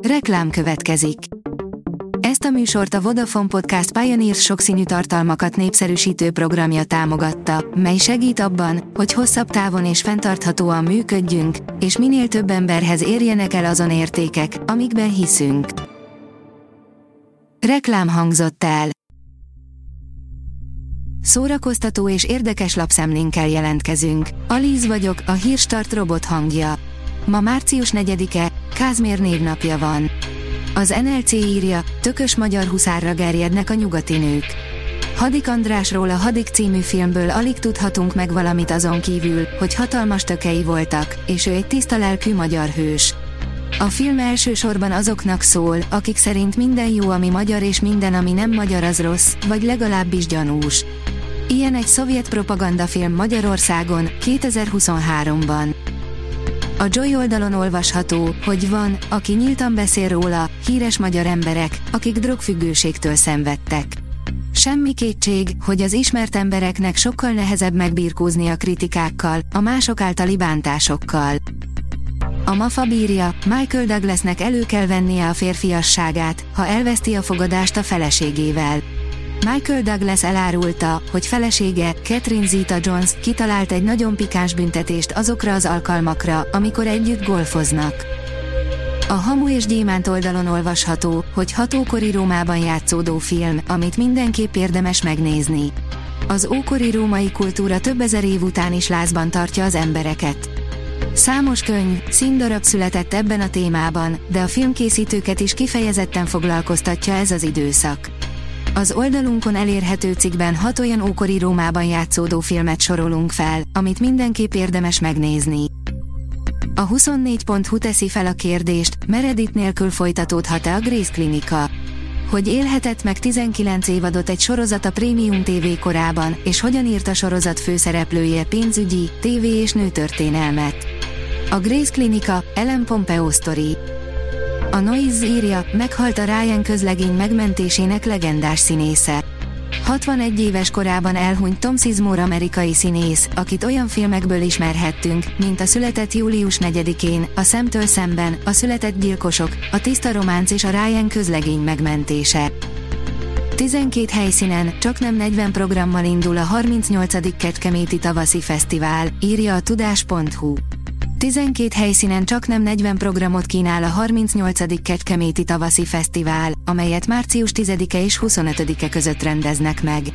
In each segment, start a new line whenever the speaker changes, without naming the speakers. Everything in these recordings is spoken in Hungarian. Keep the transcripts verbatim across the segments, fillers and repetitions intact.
Reklám következik. Ezt a műsort a Vodafone Podcast Pioneers sokszínű tartalmakat népszerűsítő programja támogatta, mely segít abban, hogy hosszabb távon és fenntarthatóan működjünk, és minél több emberhez érjenek el azon értékek, amikben hiszünk. Reklám hangzott el. Szórakoztató és érdekes lapszemlénkkel jelentkezünk. Alíz vagyok, a Hírstart robot hangja. Ma március negyedike, Kázmér névnapja van. Az en el cé írja, tökös magyar huszárra gerjednek a nyugati nők. Hadik Andrásról a Hadik című filmből alig tudhatunk meg valamit azon kívül, hogy hatalmas tökei voltak, és ő egy tiszta lelkű magyar hős. A film elsősorban azoknak szól, akik szerint minden jó, ami magyar, és minden, ami nem magyar, az rossz, vagy legalábbis gyanús. Ilyen egy szovjet propagandafilm Magyarországon, kétezer-huszonháromban. A Joy oldalon olvasható, hogy van, aki nyíltan beszél róla, híres magyar emberek, akik drogfüggőségtől szenvedtek. Semmi kétség, hogy az ismert embereknek sokkal nehezebb megbirkózni a kritikákkal, a mások általi bántásokkal. A MAFA bírja, Michael Douglasnek elő kell vennie a férfiasságát, ha elveszti a fogadást a feleségével. Michael Douglas elárulta, hogy felesége, Catherine Zeta-Jones kitalált egy nagyon pikáns büntetést azokra az alkalmakra, amikor együtt golfoznak. A Hamu és Gyémánt oldalon olvasható, hogy hat ókori Rómában játszódó film, amit mindenképp érdemes megnézni. Az ókori római kultúra több ezer év után is lázban tartja az embereket. Számos könyv, színdarab született ebben a témában, de a filmkészítőket is kifejezetten foglalkoztatja ez az időszak. Az oldalunkon elérhető cikkben hat olyan ókori Rómában játszódó filmet sorolunk fel, amit mindenképp érdemes megnézni. A huszonnégy pont hu teszi fel a kérdést, Meredith nélkül folytatódhat-e a Grey's Klinika? Hogy élhetett meg tizenkilenc évadot egy sorozat a Prémium té vé korában, és hogyan írt a sorozat főszereplője pénzügyi, tévé és nőtörténelmet. A Grey's Klinika, Ellen Pompeo sztori. A Noise írja, meghalt a Ryan közlegény megmentésének legendás színésze. hatvanegy éves korában elhunyt Tom Sizemore amerikai színész, akit olyan filmekből ismerhettünk, mint a Született július negyedikén, a Szemtől szemben, a Született gyilkosok, a Tiszta románc és a Ryan közlegény megmentése. tizenkét helyszínen, csaknem negyven programmal indul a harmincnyolcadik Kecskeméti tavaszi fesztivál, írja a tudás pont hu. tizenkét helyszínen csaknem negyven programot kínál a harmincnyolcadik Kecskeméti tavaszi fesztivál, amelyet március tizedike és huszonötödike között rendeznek meg.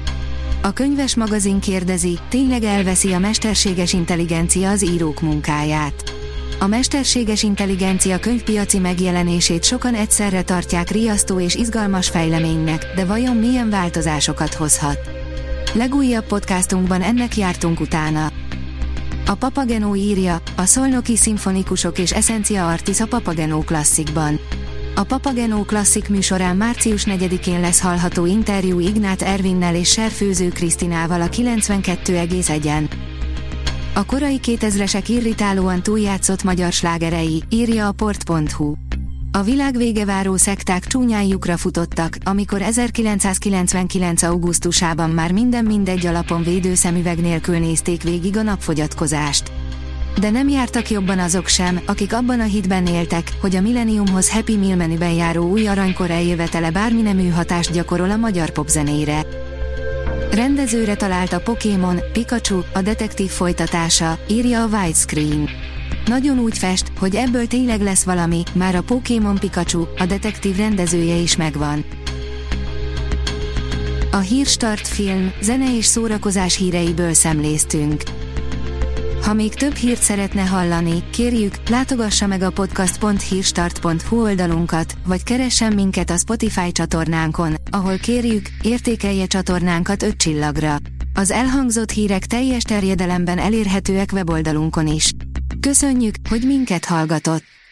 A Könyves magazin kérdezi, tényleg elveszi a mesterséges intelligencia az írók munkáját? A mesterséges intelligencia könyvpiaci megjelenését sokan egyszerre tartják riasztó és izgalmas fejleménynek, de vajon milyen változásokat hozhat? Legújabb podcastunkban ennek jártunk utána. A Papageno írja, a szolnoki szimfonikusok és Essencia Artis a Papageno klasszikban. A Papageno klasszik műsorán március negyedikén lesz hallható interjú Ignát Ervinnel és Serfőző Krisztinával a kilencvenkettő egész egyen. A korai kétezresek irritálóan túljátszott magyar slágerei, írja a port pont hu. A világvége váró szekták csúnyájukra futottak, amikor ezerkilencszázkilencvenkilenc. augusztusában már minden mindegy alapon védőszemüveg nélkül nézték végig a napfogyatkozást. De nem jártak jobban azok sem, akik abban a hitben éltek, hogy a Millenniumhoz Happy Meal menüben járó új aranykor eljövetele bármi nemű hatást gyakorol a magyar popzenére. Rendezőre talált a Pokémon, Pikachu, a detektív folytatása, írja a Widescreen. Nagyon úgy fest, hogy ebből tényleg lesz valami, már a Pokémon Pikachu, a detektív rendezője is megvan. A Hírstart film, zene és szórakozás híreiből szemléztünk. Ha még több hírt szeretne hallani, kérjük, látogassa meg a podcast pont hírstart pont hu oldalunkat, vagy keressen minket a Spotify csatornánkon, ahol kérjük, értékelje csatornánkat öt csillagra. Az elhangzott hírek teljes terjedelemben elérhetőek weboldalunkon is. Köszönjük, hogy minket hallgatott!